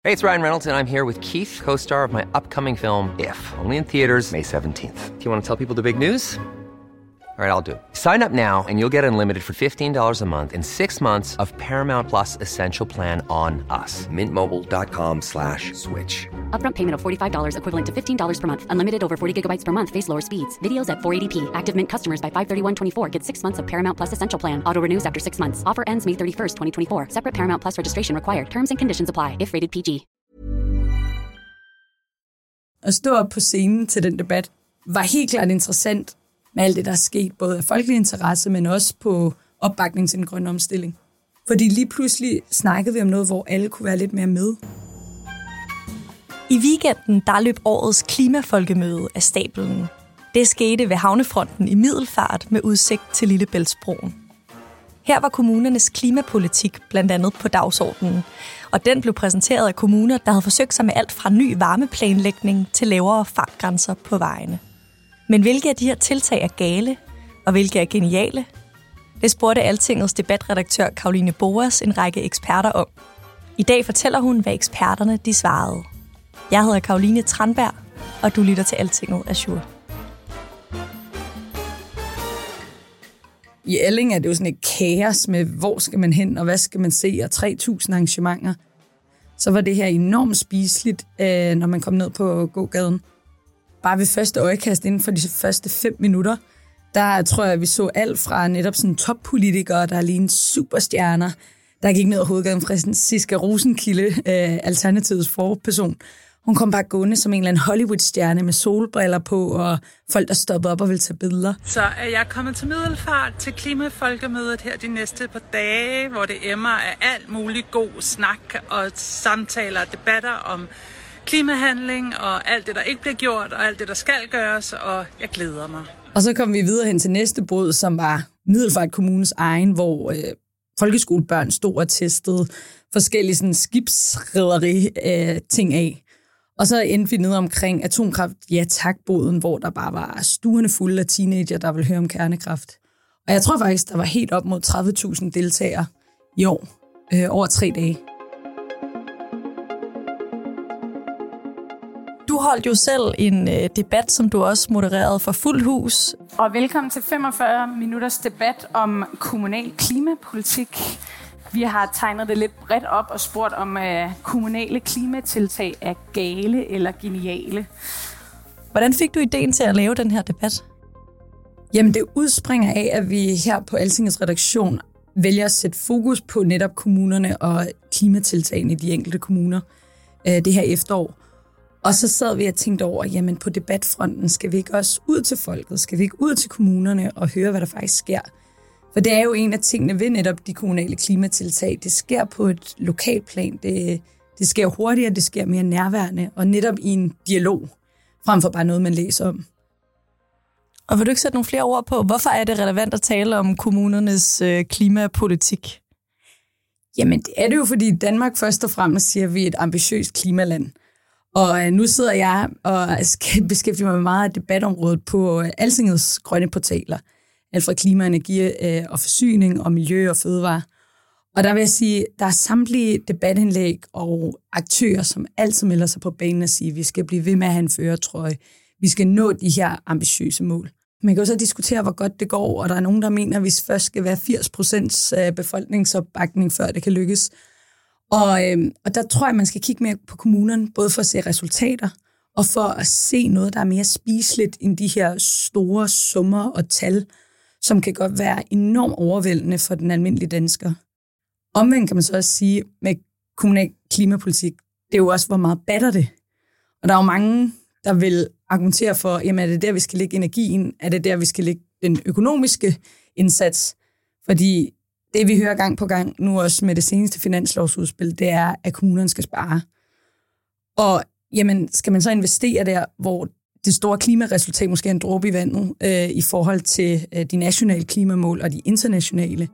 Hey, it's Ryan Reynolds, and I'm here with Keith, co-star of my upcoming film, If, only in theaters May 17th. Do you want to tell people the big news? All right, I'll do it. Sign up now and you'll get unlimited for $15 a month and 6 months of Paramount Plus Essential Plan on us. MintMobile.com/switch. Upfront payment of $45 equivalent to $15 per month. Unlimited over 40 gigabytes per month. Face lower speeds. Videos at 480p. Active Mint customers by 531.24 get 6 months of Paramount Plus Essential Plan. Auto renews after 6 months. Offer ends May 31st, 2024. Separate Paramount Plus registration required. Terms and conditions apply if rated PG. At stå op på scenen til den debat var helt klart interessant med alt det, der er sket, både af folkelig interesse, men også på opbakning til den grønne omstilling. Fordi lige pludselig snakkede vi om noget, hvor alle kunne være lidt mere med. I weekenden der løb årets klimafolkemøde af stablen. Det skete ved havnefronten i Middelfart med udsigt til Lillebæltsbroen. Her var kommunernes klimapolitik blandt andet på dagsordenen, og den blev præsenteret af kommuner, der havde forsøgt sig med alt fra ny varmeplanlægning til lavere fartgrænser på vejene. Men hvilke af de her tiltag er gale, og hvilke er geniale? Det spurgte Altingets debatredaktør Caroline Boas en række eksperter om. I dag fortæller hun, hvad eksperterne de svarede. Jeg hedder Caroline Tranberg, og du lytter til Altinget Azure. I Elling er det jo sådan et kaos med, hvor skal man hen, og hvad skal man se, og 3.000 arrangementer. Så var det her enormt spiseligt, når man kom ned på gågaden. Bare ved første øjekast inden for de første 5 minutter, der tror jeg, vi så alt fra netop sådan toppolitikere, der lignede superstjerner, der gik ned ad hovedgaden. Franciska Rosenkilde, Alternativets forperson. Hun kom bare gående som en eller anden Hollywood-stjerne med solbriller på, og folk, der stoppede op og ville tage billeder. Så er jeg kommet til Middelfart til klimafolkemødet her de næste par dage, hvor det emmer af alt muligt god snak og samtaler og debatter om klimahandling og alt det, der ikke bliver gjort, og alt det, der skal gøres, og jeg glæder mig. Og så kom vi videre hen til næste båd, som var Middelfart Kommunes egen, hvor folkeskolebørn stod og testede forskellige sådan, skibsrederi-ting af. Og så endte vi nede omkring atomkraft, ja tak-båden, hvor der bare var stuerne fulde af teenager, der ville høre om kernekraft. Og jeg tror faktisk, der var helt op mod 30.000 deltagere i år, over 3 dage. Du holdt jo selv en debat, som du også modererede for Fuld Hus. Og velkommen til 45 minutters debat om kommunal klimapolitik. Vi har tegnet det lidt bredt op og spurgt, om kommunale klimatiltag er gale eller geniale. Hvordan fik du ideen til at lave den her debat? Jamen, det udspringer af, at vi her på Altingets redaktion vælger at sætte fokus på netop kommunerne og klimatiltagene i de enkelte kommuner det her efterår. Og så sad vi og tænkte over, jamen på debatfronten, skal vi ikke også ud til folket? Skal vi ikke ud til kommunerne og høre, hvad der faktisk sker? For det er jo en af tingene ved netop de kommunale klimatiltag. Det sker på et lokalt plan. Det sker hurtigere, det sker mere nærværende, og netop i en dialog, frem for bare noget, man læser om. Og vil du ikke sætte nogle flere ord på, hvorfor er det relevant at tale om kommunernes klimapolitik? Jamen det er det jo, fordi Danmark først og fremmest siger, at vi er et ambitiøst klimaland. Og nu sidder jeg og skal beskæftige mig med meget af debatområdet på Altingets grønne portaler. Alt fra klima, energi og forsyning og miljø og fødevare. Og der vil jeg sige, der er samtlige debatindlæg og aktører, som altid melder sig på banen og siger, at vi skal blive ved med at have en førertrøje. Vi skal nå de her ambitiøse mål. Man kan jo så diskutere, hvor godt det går, og der er nogen, der mener, at vi først skal være 80% befolkningsopbakning, før det kan lykkes. Og der tror jeg, man skal kigge mere på kommunerne, både for at se resultater, og for at se noget, der er mere spiseligt end de her store summer og tal, som kan godt være enormt overvældende for den almindelige dansker. Omvendt kan man så også sige, med kommunal klimapolitik, det er jo også, hvor meget batter det. Og der er jo mange, der vil argumentere for, jamen er det der, vi skal lægge energien? Er det der, vi skal lægge den økonomiske indsats? Fordi det, vi hører gang på gang, nu også med det seneste finanslovsudspil, det er, at kommunerne skal spare. Og jamen, skal man så investere der, hvor det store klimaresultat måske er en dråbe i vandet i forhold til de nationale klimamål og de internationale?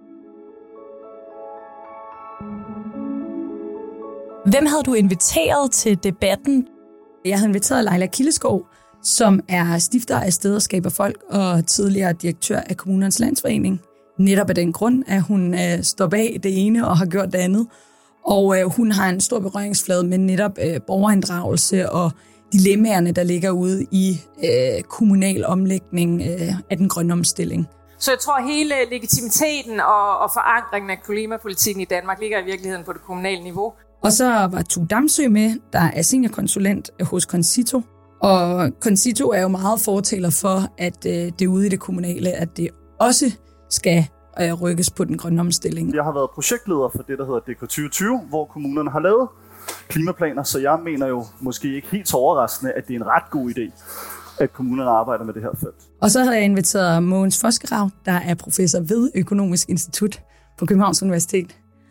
Hvem havde du inviteret til debatten? Jeg havde inviteret Leila Kildeskov, som er stifter af Sted og Skaber Folk og tidligere direktør af Kommunernes Landsforening. Netop af den grund, at hun står bag det ene og har gjort det andet. Og hun har en stor berøringsflade med netop borgerinddragelse og dilemmaerne, der ligger ude i kommunal omlægning af den grønne omstilling. Så jeg tror, hele legitimiteten og forankringen af klimapolitikken i Danmark ligger i virkeligheden på det kommunale niveau. Og så var Tue Damsø med, der er seniorkonsulent hos Concito. Og Concito er jo meget fortaler for, at det ude i det kommunale, at det også skal rykkes på den grønne omstilling. Jeg har været projektleder for det, der hedder DK 2020, hvor kommunerne har lavet klimaplaner, så jeg mener jo måske ikke helt så overraskende, at det er en ret god idé, at kommunerne arbejder med det her felt. Og så havde jeg inviteret Mogens Foskerav, der er professor ved Økonomisk Institut på Københavns Universitet.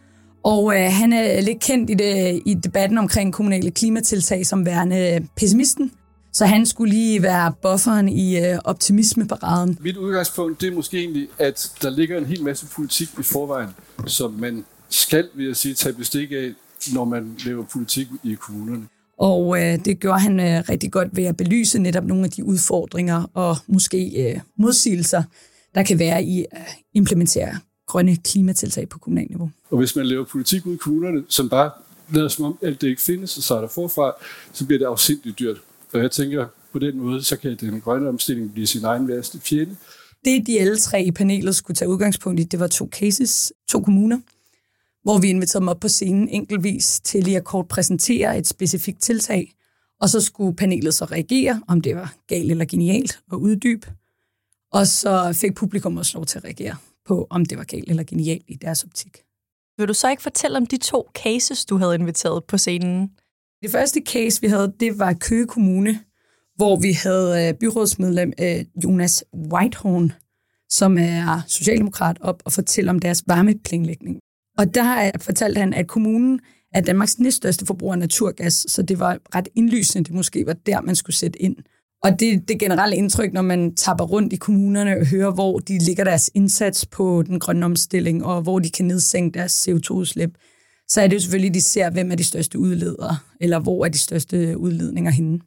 Og han er lidt kendt i debatten omkring kommunale klimatiltag som værende pessimisten. Så han skulle lige være bufferen i optimismeparaden. Mit udgangspunkt, det er måske egentlig, at der ligger en hel masse politik i forvejen, som man skal, vil jeg sige, tage bestik af, når man laver politik i kommunerne. Og det gjorde han rigtig godt ved at belyse netop nogle af de udfordringer og måske modsigelser, der kan være i at implementere grønne klimatiltag på kommunalt niveau. Og hvis man laver politik ud i kommunerne, som bare lader som om alt det ikke findes og starter forfra, så bliver det afsindigt dyrt. Og jeg tænker, på den måde, så kan den grønne omstilling blive sin egen værste fjende. Det, de alle tre i panelet skulle tage udgangspunkt i, det var 2 cases, 2 kommuner, hvor vi inviterede dem op på scenen enkeltvis til lige at kort præsentere et specifikt tiltag, og så skulle panelet så reagere, om det var galt eller genialt, og uddybe. Og så fik publikum også lov til at reagere på, om det var galt eller genialt i deres optik. Vil du så ikke fortælle om de 2 cases, du havde inviteret på scenen? Det første case, vi havde, det var Køge Kommune, hvor vi havde byrådsmedlem Jonas Whitehorn, som er socialdemokrat, op og fortælle om deres varmeplanlægning. Og der fortalte han, at kommunen er Danmarks næststørste forbruger af naturgas, så det var ret indlysende, det måske var der, man skulle sætte ind. Og det generelle indtryk, når man tapper rundt i kommunerne og hører, hvor de ligger deres indsats på den grønne omstilling, og hvor de kan nedsænke deres CO2-udslip, så er det jo selvfølgelig, at de ser, hvem er de største udledere, eller hvor er de største udledninger henne.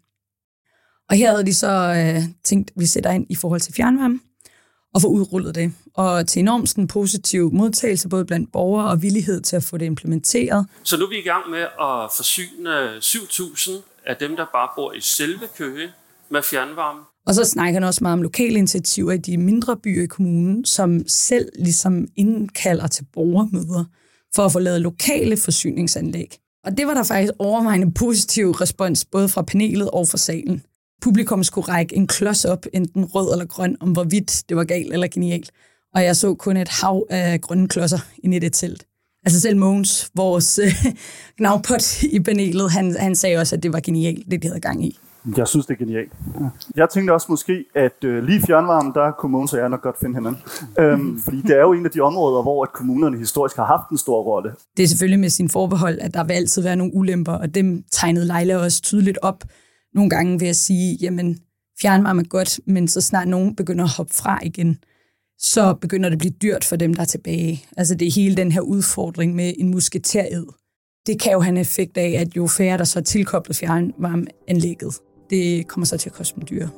Og her havde de så tænkt, at vi sætter ind i forhold til fjernvarme, og få udrullet det. Og til enormt en positiv modtagelse, både blandt borgere og villighed til at få det implementeret. Så nu er vi i gang med at forsyne 7.000 af dem, der bare bor i selve Køge, med fjernvarme. Og så snakker han også meget om lokale initiativer i de mindre byer i kommunen, som selv ligesom indkalder til borgermøder for at få lavet lokale forsyningsanlæg. Og det var der faktisk overvejende positiv respons, både fra panelet og fra salen. Publikum skulle række en klods op, enten rød eller grøn, om hvorvidt det var galt eller genialt. Og jeg så kun et hav af grønne klodser inde i det telt. Altså selv Mogens, vores gnavpot i panelet, han sagde også, at det var genialt, det de havde gang i. Jeg synes, det er genialt. Jeg tænkte også måske, at lige fjernvarmen, der kunne Mogens og jeg nok godt finde hinanden. Fordi det er jo en af de områder, hvor at kommunerne historisk har haft en stor rolle. Det er selvfølgelig med sin forbehold, at der vil altid være nogle ulemper, og dem tegnede Leila også tydeligt op nogle gange ved at sige, jamen fjernvarme er godt, men så snart nogen begynder at hoppe fra igen, så begynder det at blive dyrt for dem, der er tilbage. Altså det er hele den her udfordring med en musketæred. Det kan jo have en effekt af, at jo færre, der så er tilkoblet fjernvarmeanlægget, det kommer så til at koste dem dyre.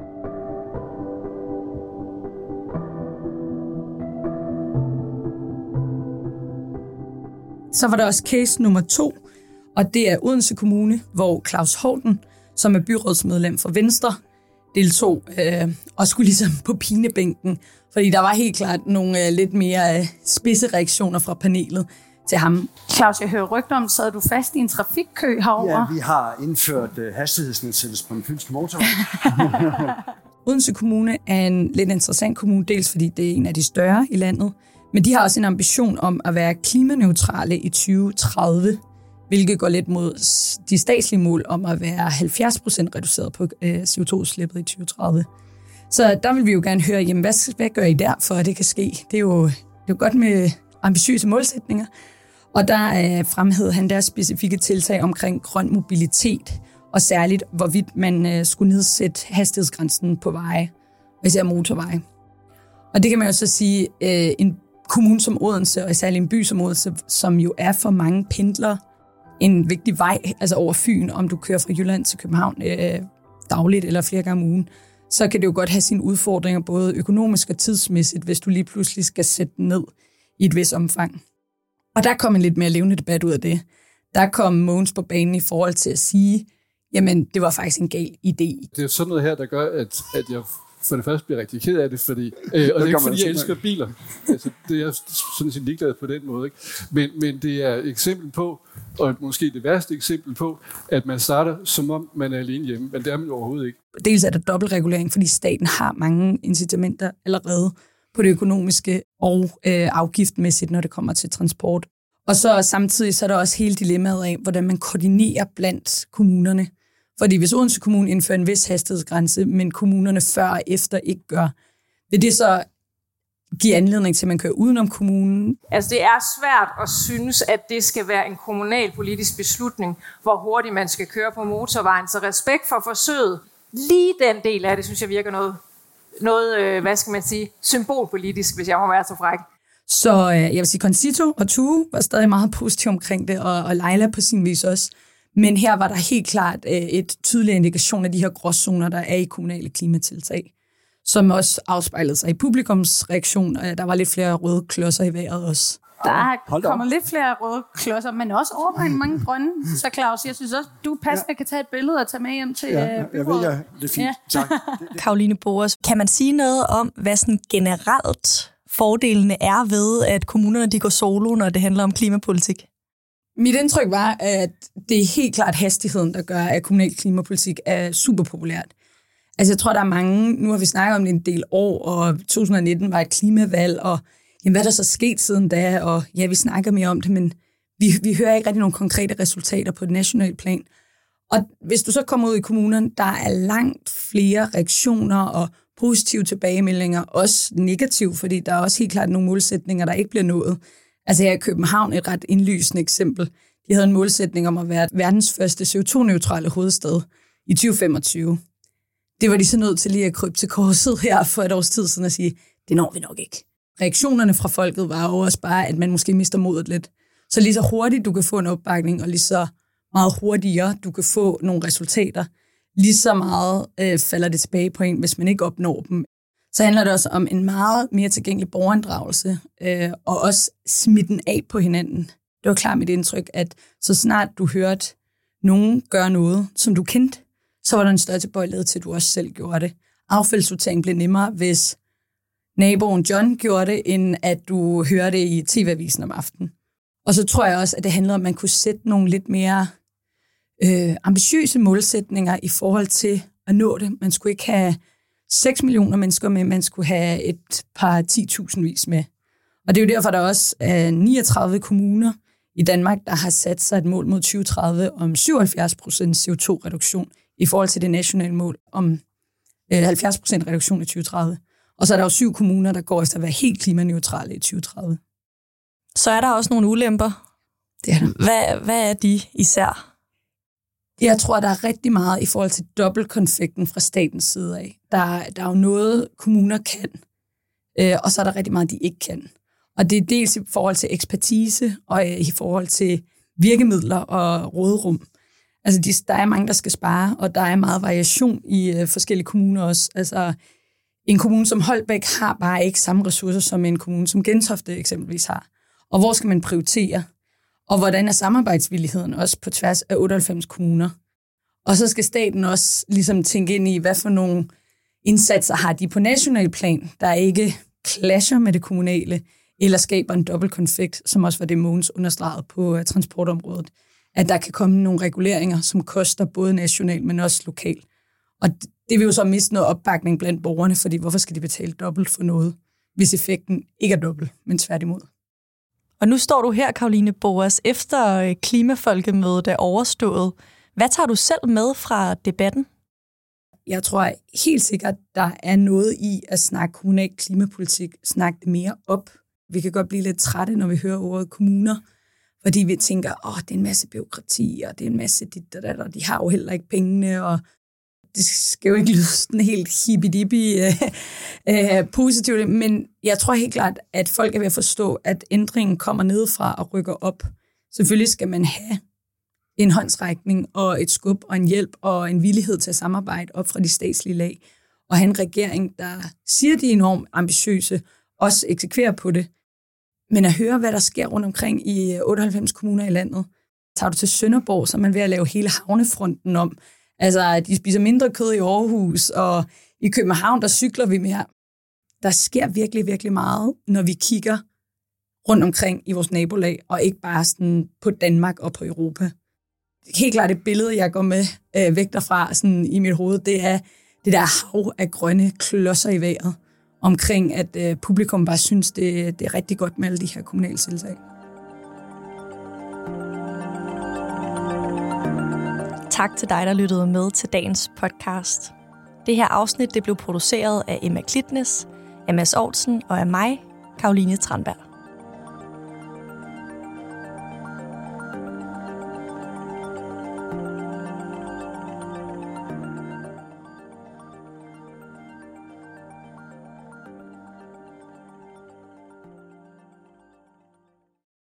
Så var der også case nummer 2, og det er Odense Kommune, hvor Claus Horten, som er byrådsmedlem for Venstre, deltog og skulle ligesom på pinebænken, fordi der var helt klart nogle lidt mere spidse reaktioner fra panelet til ham. Claus, jeg hører rygter om, sad du fast i en trafikkø herovre? Ja, vi har indført hastighedsnedsættelse på den fynske motorvej. Odense Kommune er en lidt interessant kommune, dels fordi det er en af de større i landet, men de har også en ambition om at være klimaneutrale i 2030, hvilket går lidt mod de statslige mål om at være 70% reduceret på CO2-udslippet i 2030. Så der vil vi jo gerne høre, jamen, hvad gør I der, for at det kan ske? Det er jo godt med ambitiøse målsætninger. Og der fremhævede han deres specifikke tiltag omkring grøn mobilitet, og særligt hvorvidt man skulle nedsætte hastighedsgrænsen på veje, især motorveje. Og det kan man jo så sige, en kommune som Odense, og særligt en by som Odense, som jo er for mange pendlere, en vigtig vej, altså over Fyn, om du kører fra Jylland til København dagligt eller flere gange om ugen, så kan det jo godt have sine udfordringer, både økonomisk og tidsmæssigt, hvis du lige pludselig skal sætte den ned i et vis omfang. Og der kom en lidt mere levende debat ud af det. Der kom Mogens på banen i forhold til at sige, jamen, det var faktisk en gal idé. Det er sådan noget her, der gør, at jeg for det første bliver rigtig ked af det, fordi, og det er ikke fordi, jeg elsker biler. Altså, det er jeg sådan set ligeglad på den måde. Ikke? Men det er et eksempel på, og måske det værste eksempel på, at man starter, som om man er alene hjemme, men det er man overhovedet ikke. Dels er der dobbeltregulering, fordi staten har mange incitamenter allerede på det økonomiske og afgiftmæssigt, når det kommer til transport. Og så samtidig så er der også hele dilemmaet af, hvordan man koordinerer blandt kommunerne. Fordi hvis Odense Kommune indfører en vis hastighedsgrænse, men kommunerne før og efter ikke gør, vil det så give anledning til, at man kører udenom kommunen? Altså det er svært at synes, at det skal være en kommunalpolitisk beslutning, hvor hurtigt man skal køre på motorvejen. Så respekt for forsøget. Lige den del af det, synes jeg virker noget hvad skal man sige, symbolpolitisk, hvis jeg må være så fræk. Så jeg vil sige, Concito og Tue var stadig meget positiv omkring det, og Leila på sin vis også. Men her var der helt klart et tydeligt indikation af de her gråzoner, der er i kommunale klimatiltag, som også afspejlede sig i publikumsreaktion, og der var lidt flere røde klodser i vejret også. Der er kommet lidt flere røde klodser, men også overvejende mange grønne. Så Claus, jeg synes også, du passende kan tage et billede og tage med hjem til jeg ved, det er fint. Ja. Tak. Caroline Boas, kan man sige noget om, hvad sådan generelt fordelene er ved, at kommunerne de går solo, når det handler om klimapolitik? Mit indtryk var, at det er helt klart hastigheden, der gør, at kommunal klimapolitik er super populært. Altså jeg tror, der er mange, nu har vi snakket om det en del år, og 2019 var et klimavalg, og jamen, hvad er der så sket siden da? Og ja, vi snakker mere om det, men vi hører ikke rigtig nogle konkrete resultater på et nationalt plan. Og hvis du så kommer ud i kommunerne, der er langt flere reaktioner og positive tilbagemeldinger, også negative, fordi der er også helt klart nogle målsætninger, der ikke bliver nået. Altså her i København et ret indlysende eksempel. De havde en målsætning om at være verdens første CO2-neutrale hovedstad i 2025. Det var de så nødt til lige at krybe til korset her for et års tid siden og sige, det når vi nok ikke. Reaktionerne fra folket var jo også bare, at man måske mister modet lidt. Så lige så hurtigt du kan få en opbakning, og lige så meget hurtigere du kan få nogle resultater, lige så meget falder det tilbage på en, hvis man ikke opnår dem. Så handler det også om en meget mere tilgængelig borgerinddragelse, og også smitten af på hinanden. Det var klart mit indtryk, at så snart du hørte nogen gøre noget, som du kendte, så var der en større tilbøjelighed til, at du også selv gjorde det. Affaldssortering blev nemmere, hvis naboen John gjorde det, end at du hørte det i TV-avisen om aftenen. Og så tror jeg også, at det handlede om, at man kunne sætte nogle lidt mere ambitiøse målsætninger i forhold til at nå det. Man skulle ikke have 6 millioner mennesker med, man skulle have et par 10.000 med. Og det er jo derfor, der også er 39 kommuner i Danmark, der har sat sig et mål mod 2030 om 77% CO2-reduktion i forhold til det nationale mål om 70% reduktion i 2030. Og så er der jo 7 kommuner, der går efter at være helt klimaneutrale i 2030. Så er der også nogle ulemper. Det er der. Hvad er de især? Jeg tror, der er rigtig meget i forhold til dobbeltkonflikten fra statens side af. Der er jo noget, kommuner kan, og så er der rigtig meget, de ikke kan. Og det er dels i forhold til ekspertise, og i forhold til virkemidler og råderum. Altså, der er mange, der skal spare, og der er meget variation i forskellige kommuner også. Altså, en kommune som Holbæk har bare ikke samme ressourcer, som en kommune som Gentofte eksempelvis har. Og hvor skal man prioritere? Og hvordan er samarbejdsvilligheden også på tværs af 98 kommuner? Og så skal staten også ligesom tænke ind i, hvad for nogle indsatser har de på national plan, der ikke clasher med det kommunale, eller skaber en dobbeltkonflikt, som også var det Mogens understreget på transportområdet. At der kan komme nogle reguleringer, som koster både nationalt, men også lokalt. Og det vil jo så miste noget opbakning blandt borgerne, fordi hvorfor skal de betale dobbelt for noget, hvis effekten ikke er dobbelt, men tværtimod. Og nu står du her, Caroline Boas, efter klimafolkemødet er overstået. Hvad tager du selv med fra debatten? Jeg tror helt sikkert, der er noget i at snakke kommunal klimapolitik, snakke det mere op. Vi kan godt blive lidt trætte, når vi hører ordet kommuner, fordi vi tænker, det er en masse bureaukrati, og det er en masse dit og dat, og de har jo heller ikke pengene, og det skal jo ikke lyde sådan helt hippie-dippie positivt, men jeg tror helt klart, at folk er ved at forstå, at ændringen kommer nedefra og rykker op. Selvfølgelig skal man have en håndsrækning og et skub og en hjælp og en villighed til at samarbejde op fra de statslige lag, og have en regering, der siger, de er enormt ambitiøse, også eksekverer på det. Men at høre, hvad der sker rundt omkring i 98 kommuner i landet. Tager du til Sønderborg, så er man ved at lave hele havnefronten om. Altså, de spiser mindre kød i Aarhus, og i København, der cykler vi mere. Der sker virkelig, virkelig meget, når vi kigger rundt omkring i vores nabolag, og ikke bare sådan på Danmark og på Europa. Helt klart det billede, jeg går med væk derfra sådan i mit hoved, det er det der hav af grønne klodser i vejret, omkring at publikum bare synes, det er rigtig godt med alle de her kommunale tiltag. Tak til dig, der lyttede med til dagens podcast. Det her afsnit det blev produceret af Emma Klitnes, af Mads Aarhusen og af mig, Caroline Tranberg.